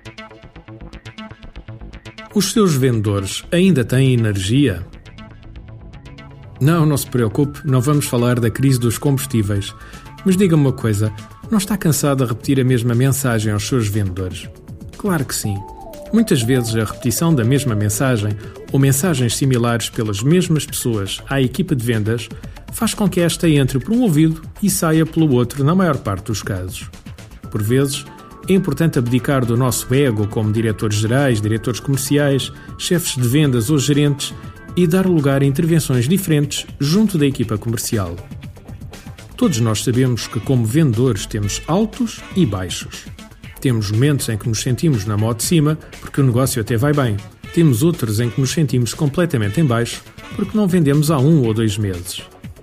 Os seus vendedores ainda têm energia? Não se preocupe, não vamos falar da crise dos combustíveis. Mas diga-me uma coisa, não está cansado de repetir a mesma mensagem aos seus vendedores? Claro que sim. Muitas vezes a repetição da mesma mensagem ou mensagens similares pelas mesmas pessoas à equipa de vendas faz com que esta entre por um ouvido e saia pelo outro na maior parte dos casos. Por vezes, é importante abdicar do nosso ego como diretores gerais, diretores comerciais, chefes de vendas ou gerentes e dar lugar a intervenções diferentes junto da equipa comercial. Todos nós sabemos que, como vendedores, temos altos e baixos. Temos momentos em que nos sentimos na mão de cima, porque o negócio até vai bem. Temos outros em que nos sentimos completamente em baixo, porque não vendemos há 1 ou 2 meses.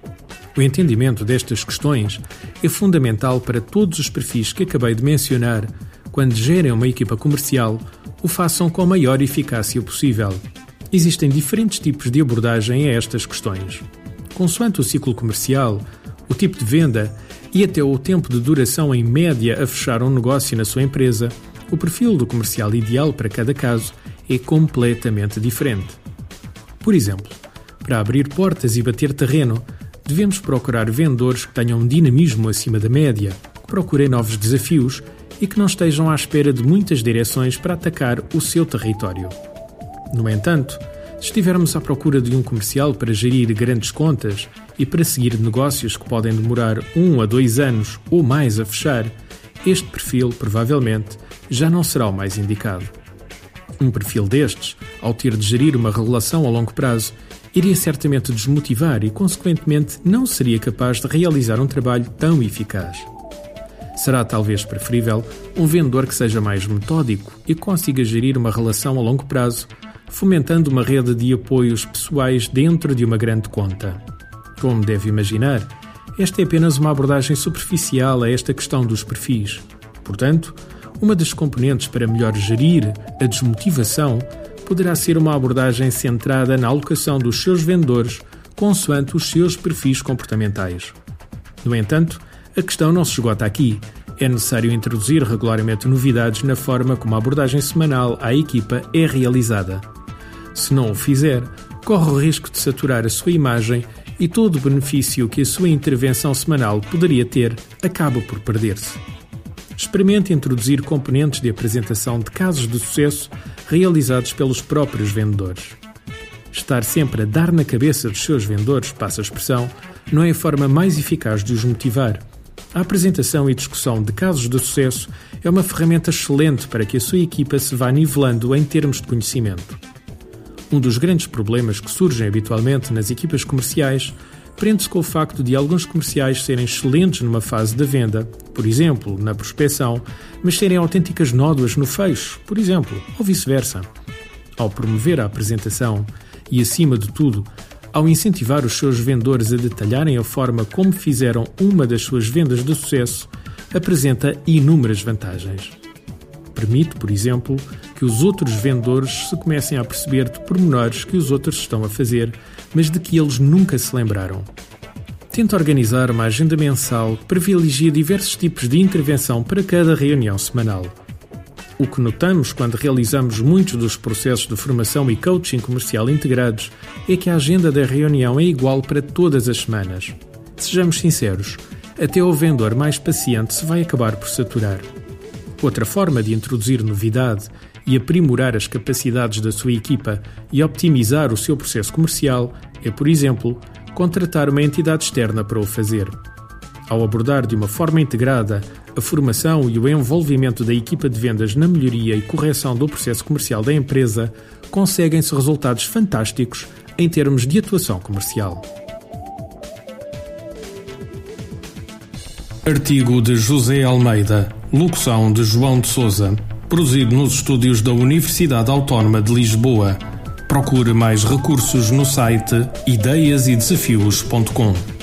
O entendimento destas questões é fundamental para todos os perfis que acabei de mencionar. Quando gerem uma equipa comercial, o façam com a maior eficácia possível. Existem diferentes tipos de abordagem a estas questões. Consoante o ciclo comercial, o tipo de venda e até o tempo de duração em média a fechar um negócio na sua empresa, o perfil do comercial ideal para cada caso é completamente diferente. Por exemplo, para abrir portas e bater terreno, devemos procurar vendedores que tenham um dinamismo acima da média, que procurem novos desafios e que não estejam à espera de muitas direções para atacar o seu território. No entanto, se estivermos à procura de um comercial para gerir grandes contas e para seguir negócios que podem demorar 1 a 2 anos ou mais a fechar, este perfil, provavelmente, já não será o mais indicado. Um perfil destes, ao ter de gerir uma relação a longo prazo, iria certamente desmotivar e, consequentemente, não seria capaz de realizar um trabalho tão eficaz. Será talvez preferível um vendedor que seja mais metódico e consiga gerir uma relação a longo prazo, fomentando uma rede de apoios pessoais dentro de uma grande conta. Como deve imaginar, esta é apenas uma abordagem superficial a esta questão dos perfis. Portanto, uma das componentes para melhor gerir a desmotivação poderá ser uma abordagem centrada na alocação dos seus vendedores consoante os seus perfis comportamentais. No entanto, a questão não se esgota aqui. É necessário introduzir regularmente novidades na forma como a abordagem semanal à equipa é realizada. Se não o fizer, corre o risco de saturar a sua imagem e todo o benefício que a sua intervenção semanal poderia ter acaba por perder-se. Experimente introduzir componentes de apresentação de casos de sucesso realizados pelos próprios vendedores. Estar sempre a dar na cabeça dos seus vendedores, passa a expressão, não é a forma mais eficaz de os motivar. A apresentação e discussão de casos de sucesso é uma ferramenta excelente para que a sua equipa se vá nivelando em termos de conhecimento. Um dos grandes problemas que surgem habitualmente nas equipas comerciais prende-se com o facto de alguns comerciais serem excelentes numa fase da venda, por exemplo, na prospecção, mas serem autênticas nódoas no fecho, por exemplo, ou vice-versa. Ao promover a apresentação e, acima de tudo, ao incentivar os seus vendedores a detalharem a forma como fizeram uma das suas vendas de sucesso, apresenta inúmeras vantagens. Permite, por exemplo, que os outros vendedores se comecem a perceber de pormenores que os outros estão a fazer, mas de que eles nunca se lembraram. Tenta organizar uma agenda mensal que privilegia diversos tipos de intervenção para cada reunião semanal. O que notamos quando realizamos muitos dos processos de formação e coaching comercial integrados é que a agenda da reunião é igual para todas as semanas. Sejamos sinceros, até o vendedor mais paciente se vai acabar por saturar. Outra forma de introduzir novidade e aprimorar as capacidades da sua equipa e optimizar o seu processo comercial é, por exemplo, contratar uma entidade externa para o fazer. Ao abordar de uma forma integrada a formação e o envolvimento da equipa de vendas na melhoria e correção do processo comercial da empresa, conseguem-se resultados fantásticos em termos de atuação comercial. Artigo de José Almeida, locução de João de Sousa, produzido nos estúdios da Universidade Autónoma de Lisboa. Procure mais recursos no site ideiasedesafios.com.